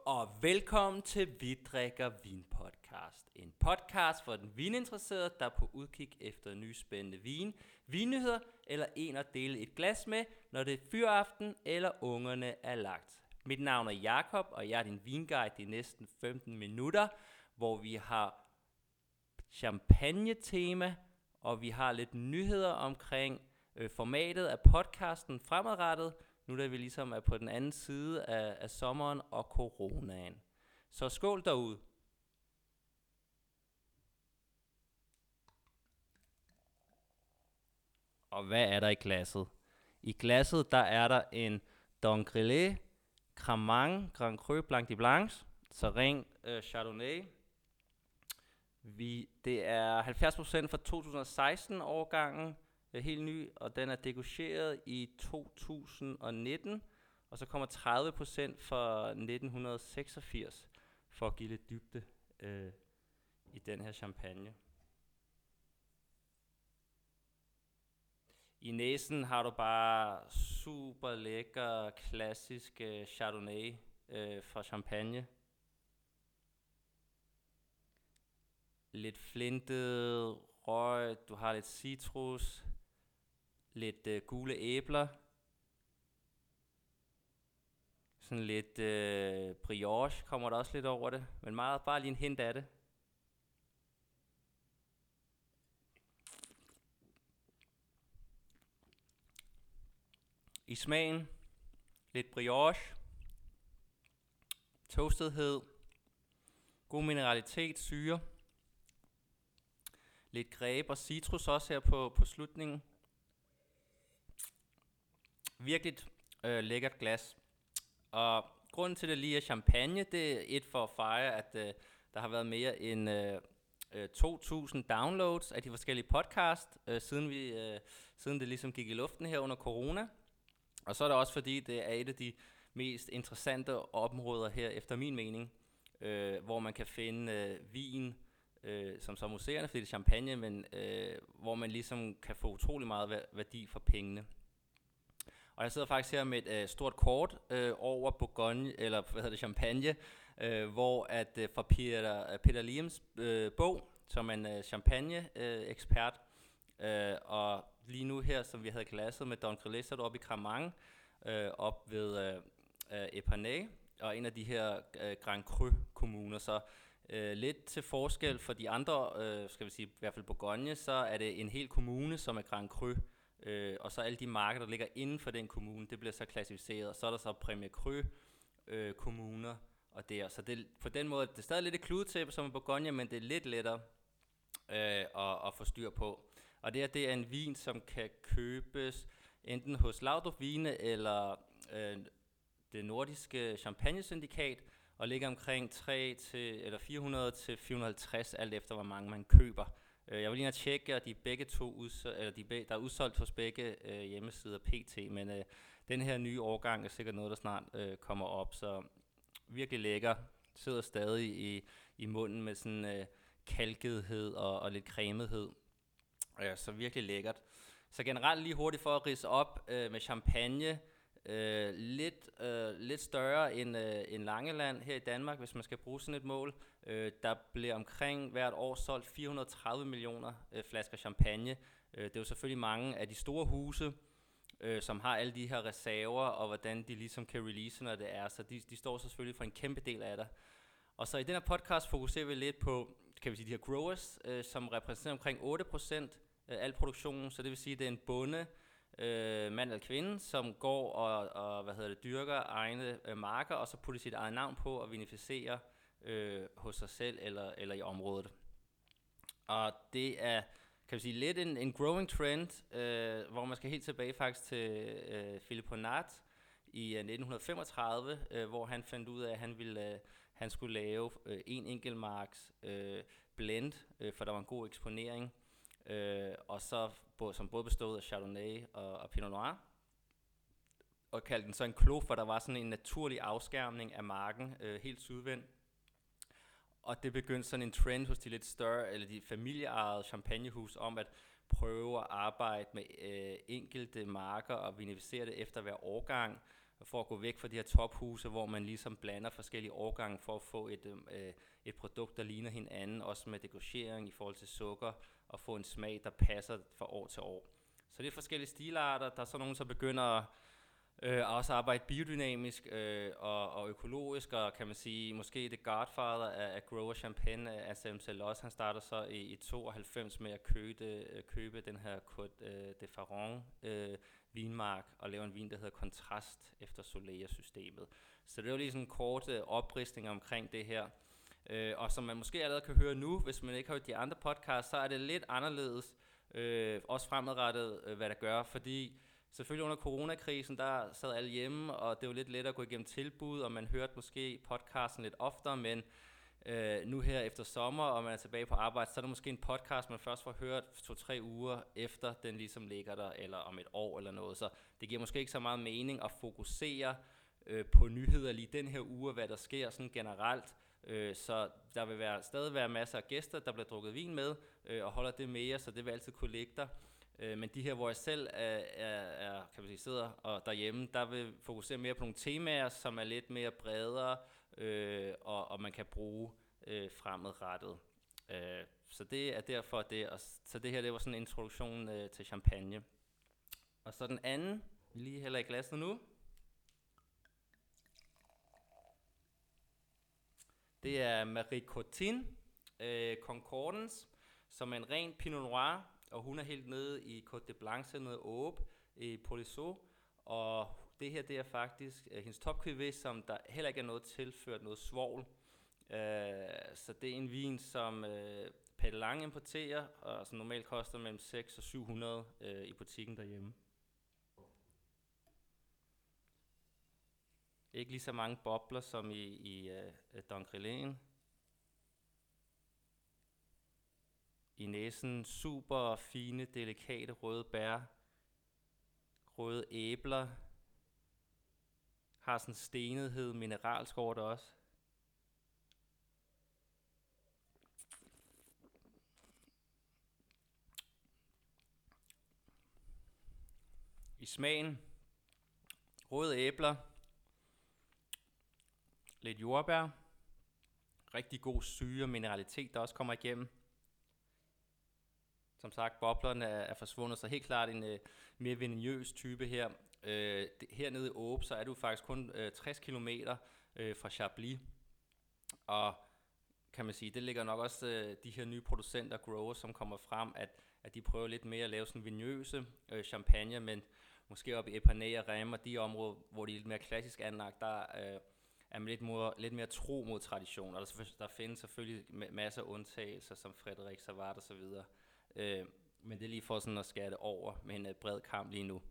og velkommen til Vi drikker vin podcast. En podcast for den vininteresserede, der er på udkig efter nye spændende vinnyheder eller en at dele et glas med, når det er fyraften eller ungerne er lagt. Mit navn er Jakob, og jeg er din vinguide de næsten 15 minutter, hvor vi har champagne-tema, og vi har lidt nyheder omkring formatet af podcasten fremadrettet, nu da vi ligesom er på den anden side af sommeren og coronaen. Så skål derude. Og hvad er der i glasset? I glasset der er der en Don Grillet, Cremant, Grand Cru, Blanc de Blanche, Sereng, Chardonnay. Det er 70% fra 2016 årgangen, helt ny, og den er degorgeret i 2019, og så kommer 30% fra 1986, for at give lidt dybde i den her champagne. I næsen har du bare super lækker, klassisk Chardonnay fra Champagne. Lidt flintet røg, du har lidt citrus, lidt gule æbler, sådan lidt brioche kommer der også lidt over det, men meget bare lige en hint af det. I smagen, lidt brioche, toastethed, god mineralitet, syre, lidt greb og citrus også her på slutningen. Virkelig lækkert glas. Og grunden til det lige er champagne, det er et for at fejre, at der har været mere end 2.000 downloads af de forskellige podcast, siden det ligesom gik i luften her under corona. Og så er det også fordi, det er et af de mest interessante områder her, efter min mening, hvor man kan finde vin, som så museerne, fordi det er champagne, men hvor man ligesom kan få utrolig meget værdi for pengene. Og jeg sidder faktisk her med et stort kort over Bourgogne, eller Champagne, hvor at fra Peter Liams bog, som er en champagne-ekspert, og lige nu her, som vi havde glasset med Don Grillet, så er du oppe i Cremant, op ved Epernay, og en af de her Grand Cru-kommuner, så lidt til forskel for de andre, skal vi sige, i hvert fald Bourgogne, så er det en hel kommune, som er Grand Cru, og så alle de marker, der ligger inden for den kommune, det bliver så klassificeret, og så er der så Premier Cru kommuner, og der, så det, på den måde, det er stadig lidt et kludetæppe som i Bourgogne, men det er lidt lettere at få styr på. Og det er en vin, som kan købes enten hos Laudrup Vine eller det nordiske champagne-syndikat, og ligger omkring 400 til 450, alt efter hvor mange man køber. Jeg vil lige tjekke, at de begge to der er udsolgt hos begge hjemmesider pt, men den her nye årgang er sikkert noget, der snart kommer op, så virkelig lækker. Sidder stadig i munden med sådan kalkethed og lidt cremethed. Så virkelig lækkert. Så generelt lige hurtigt for at ridse op med champagne, lidt større end Langeland her i Danmark, hvis man skal bruge sådan et mål. Der bliver omkring hvert år solgt 430 millioner flasker champagne. Det er jo selvfølgelig mange af de store huse, som har alle de her reserver, og hvordan de ligesom kan release, når det er. Så de står så selvfølgelig for en kæmpe del af det. Og så i den her podcast fokuserer vi lidt på, kan vi sige, de her growers, som repræsenterer omkring 8% af al produktionen. Så det vil sige, at det er en bonde, mand eller kvinde, som går og dyrker egne marker, og så putter sit eget navn på og vinificerer hos sig selv eller i området. Og det er, kan vi sige, lidt en growing trend, hvor man skal helt tilbage faktisk til Philippe Hornaert i 1935, hvor han fandt ud af, at han skulle lave en enkeltmarks blend, for der var en god eksponering, og så som både bestod af Chardonnay og Pinot Noir, og kaldte den så en clos, for der var sådan en naturlig afskærmning af marken helt sydvendt. Og det begyndte sådan en trend hos de lidt større, eller de familieejede champagnehus, om at prøve at arbejde med enkelte marker og vinificere det efter hver årgang, for at gå væk fra de her tophuse, hvor man ligesom blander forskellige årgange for at få et produkt, der ligner hinanden, også med degorgering i forhold til sukker, og få en smag, der passer fra år til år. Så det er forskellige stilarter. Der er så nogen, som begynder også at arbejde biodynamisk og økologisk, og kan man sige, måske det godfather af grower champagne, Anselm Celos. Han starter så i 92 med at købe den her Côte de Faron vinmark og lave en vin, der hedder Kontrast efter Solera-systemet. Så det er jo lige sådan en kort opristning omkring det her. Og som man måske allerede kan høre nu, hvis man ikke har hørt de andre podcasts, så er det lidt anderledes, også fremadrettet, hvad der gør, fordi selvfølgelig under coronakrisen, der sad alle hjemme, og det var lidt lettere at gå igennem tilbud, og man hørte måske podcasten lidt oftere, men nu her efter sommer, og man er tilbage på arbejde, så er der måske en podcast, man først får hørt 2-3 uger efter den ligesom ligger der, eller om et år eller noget. Så det giver måske ikke så meget mening at fokusere på nyheder lige den her uge, hvad der sker sådan generelt. Så der vil stadig være masser af gæster, der bliver drukket vin med, og holder det med jer, så det vil altid kunne ligge der. Men de her, hvor jeg selv kan man sige, sidder og derhjemme, der vil fokusere mere på nogle temaer, som er lidt mere bredere, og man kan bruge fremadrettet. Så det er derfor det. Og så det her, det var sådan en introduktion til champagne. Og så den anden, vi lige hælder i glasset nu. Det er Marie Cotin Concordance, som er en ren Pinot Noir, og hun er helt nede i Côte de Blanche, nede Aube i Polisson. Og det her, det er faktisk hendes topcuvée, som der heller ikke er noget tilført, noget svovl. Så det er en vin, som Pelle Lange importerer, og som normalt koster mellem 600 og 700 i butikken derhjemme. Ikke lige så mange bobler som i Don Grillen. I næsen super fine, delikate røde bær, røde æbler, har sådan stenethed, mineralsk over det også. I smagen, røde æbler, lidt jordbær, rigtig god syre og mineralitet, der også kommer igennem. Som sagt, boblerne er forsvundet, så helt klart en mere veniniøs type her. Hernede i Aube, så er du faktisk kun 60 km fra Chablis. Og kan man sige, det ligger nok også de her nye producenter, growers, som kommer frem, at de prøver lidt mere at lave sådan veniniøse champagne, men måske op i Epernay og Rem og de områder, hvor de er lidt mere klassisk anlagt, der er man lidt mere tro mod tradition. Og der findes selvfølgelig masser af undtagelser, som Frédéric Savard og så videre. Men det er lige for sådan at skære det over med en bred kamp lige nu.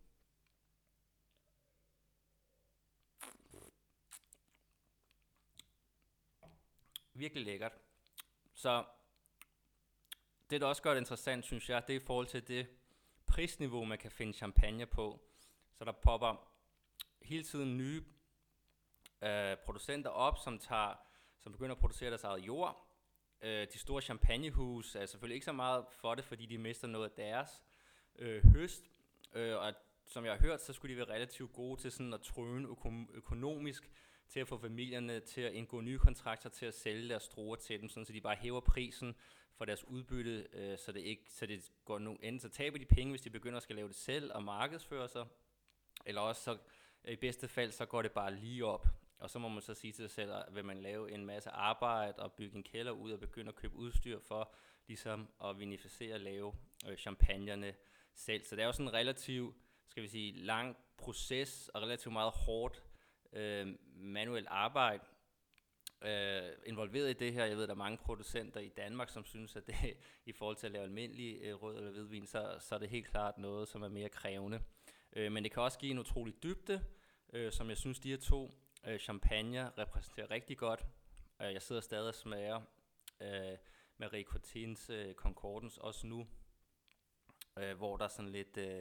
Virkelig lækkert. Så det, der også gør det interessant, synes jeg, det er i forhold til det prisniveau, man kan finde champagne på. Så der popper hele tiden nye producenter op, som begynder at producere deres eget jord. De store champagnehus er selvfølgelig ikke så meget for det, fordi de mister noget af deres høst. Og som jeg har hørt, så skulle de være relativt gode til sådan at trøne økonomisk til at få familierne til at indgå nye kontrakter til at sælge deres druer til dem, sådan så de bare hæver prisen for deres udbytte, så det går nu enten så taber de penge, hvis de begynder at skal lave det selv og markedsføre sig, eller også så i bedste fald så går det bare lige op. Og så må man så sige til sig selv, at vil man lave en masse arbejde og bygge en kælder ud og begynde at købe udstyr for ligesom at vinificere og lave champagnerne selv. Så det er jo sådan en relativt, skal vi sige, lang proces og relativt meget hårdt manuelt arbejde involveret i det her. Jeg ved, der er mange producenter i Danmark, som synes, at det i forhold til at lave almindelig rød eller hvidvin, så er det helt klart noget, som er mere krævende. Men det kan også give en utrolig dybde, som jeg synes, de her to champagne repræsenterer rigtig godt. Jeg sidder stadig og smager Marie Cotins Concordance også nu, hvor der er sådan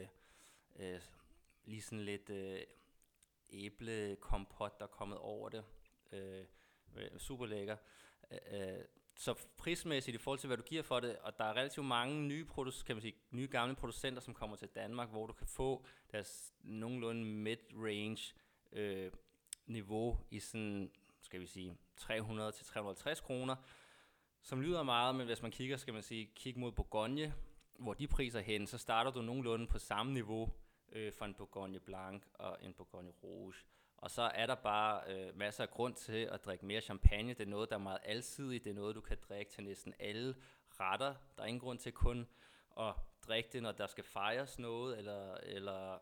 lidt æblekompot, der er kommet over det. Super lækker. Så prismæssigt i forhold til hvad du giver for det, og der er relativt mange nye gamle producenter, som kommer til Danmark, hvor du kan få deres nogenlunde mid-range niveau i sådan, skal vi sige, 300 til 350 kroner, som lyder meget, men hvis man kigger, skal man sige, kig mod Bourgogne, hvor de priser hen, så starter du nogenlunde på samme niveau for en Bourgogne Blanc og en Bourgogne Rouge. Og så er der bare masser af grund til at drikke mere champagne. Det er noget, der er meget alsidigt. Det er noget, du kan drikke til næsten alle retter. Der er ingen grund til kun at drikke det, når der skal fejres noget, eller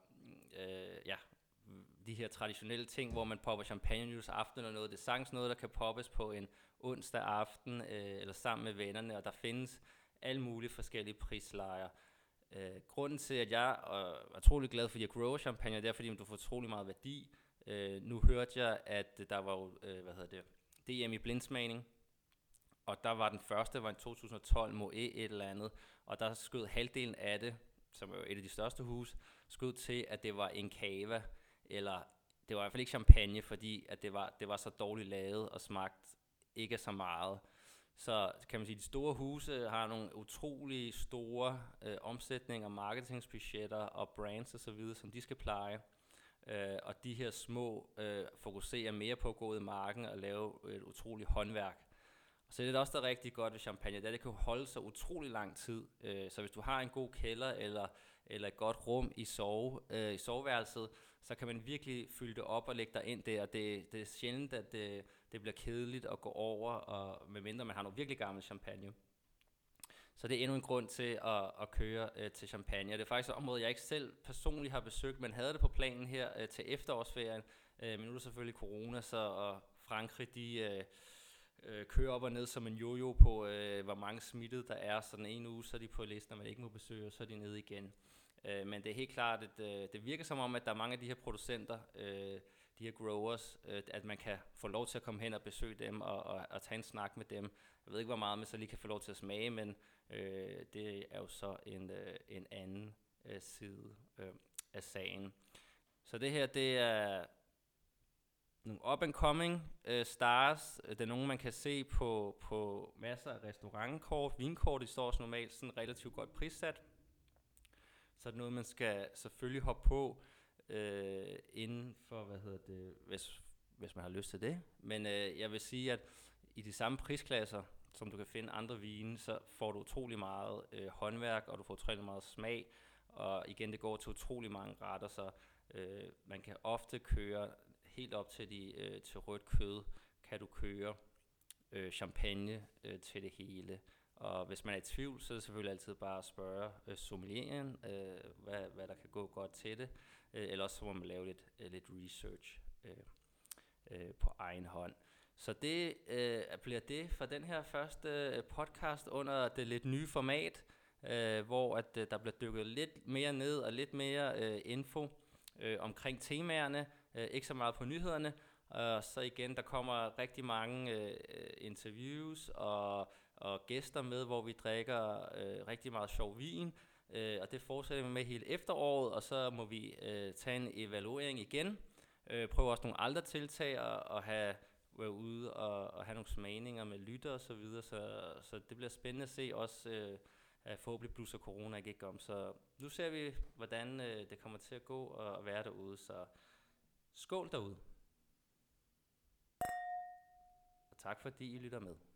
de her traditionelle ting, hvor man popper champagne nytårsaften og noget. Det er sagtens noget, der kan poppes på en onsdag aften, eller sammen med vennerne, og der findes alle mulige forskellige prislejer. Grunden til, at jeg er utrolig glad for de her grower champagne, det er, fordi du får utrolig meget værdi. Nu hørte jeg, at der var DM i blindsmagning, og der var den første, var i 2012, Moët et eller andet, og der skød halvdelen af det, som er jo et af de største hus, skød til, at det var en cava, eller det var i hvert fald ikke champagne, fordi at det var så dårligt lavet og smagte ikke så meget. Så kan man sige, at de store huse har nogle utrolig store omsætninger, marketingsbudgetter og brands osv., som de skal pleje. Og de her små fokuserer mere på at gå ud i marken og lave et utroligt håndværk. Og så er det også der rigtig godt ved champagne, det kan holde sig utrolig lang tid. Så hvis du har en god kælder eller et godt rum i soveværelset, så kan man virkelig fylde det op og lægge dig ind der. Det er sjældent, at det bliver kedeligt at gå over, og medmindre man har noget virkelig gammel champagne. Så det er endnu en grund til at køre til Champagne. Det er faktisk et område, jeg ikke selv personligt har besøgt, men havde det på planen her til efterårsferien. Men nu er der selvfølgelig corona, og Frankrig de kører op og ned som en jojo på, hvor mange smittede der er. Så den ene uge, så er de på listen, man ikke må besøge, og så er de nede igen. Men det er helt klart, at det virker som om, at der er mange af de her producenter, de her growers, at man kan få lov til at komme hen og besøge dem og tage en snak med dem. Jeg ved ikke, hvor meget man så lige kan få lov til at smage, men det er jo så en anden side af sagen. Så det her, det er nogle up-and-coming stars. Det er nogle, man kan se på masser af restaurantkort, vinkort. De står også normalt sådan relativt godt prissat. Så er det noget, man skal selvfølgelig hoppe på inden for, hvis man har lyst til det. Men jeg vil sige, at i de samme prisklasser, som du kan finde andre vine, så får du utrolig meget håndværk, og du får utrolig meget smag. Og igen, det går til utrolig mange retter, så man kan ofte køre helt op til rødt kød, kan du køre champagne til det hele. Og hvis man er i tvivl, så er det selvfølgelig altid bare at spørge sommelieren, hvad der kan gå godt til det. Ellers så må man lave lidt research på egen hånd. Så det bliver det for den her første podcast under det lidt nye format, hvor at der bliver dykket lidt mere ned og lidt mere info omkring temaerne. Ikke så meget på nyhederne. Så igen, der kommer rigtig mange interviews og gæster med, hvor vi drikker rigtig meget sjov vin. Og det fortsætter vi med hele efteråret, og så må vi tage en evaluering igen. Prøve også nogle andre tiltag og være ude og have nogle smagninger med lytter og så videre. Så det bliver spændende at se også, at forhåbentlig blusser corona ikke om. Så nu ser vi, hvordan det kommer til at gå og være derude. Så skål derude. Og tak fordi I lytter med.